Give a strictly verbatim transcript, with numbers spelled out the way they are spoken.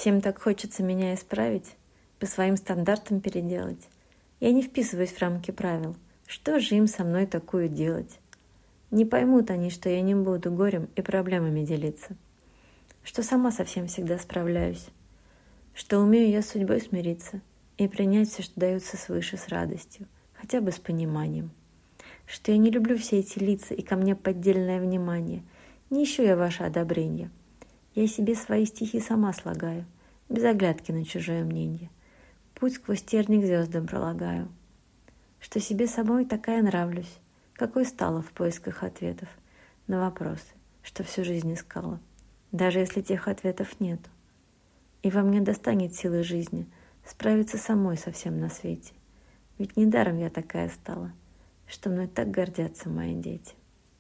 Всем так хочется меня исправить, по своим стандартам переделать. Я не вписываюсь в рамки правил. Что же им со мной такую делать? Не поймут они, что я не буду горем и проблемами делиться, что сама со всем всегда справляюсь, что умею я с судьбой смириться и принять все, что дается свыше, с радостью, хотя бы с пониманием, что я не люблю все эти лица и ко мне поддельное внимание, не ищу я ваше одобрение. Я себе свои стихи сама слагаю, без оглядки на чужое мнение, путь сквозь терник к звездам пролагаю, что себе самой такая нравлюсь, какой стала в поисках ответов на вопросы, что всю жизнь искала, даже если тех ответов нету. И во мне достанет силы жизни справиться самой со всем на свете, ведь недаром я такая стала, что мной так гордятся мои дети.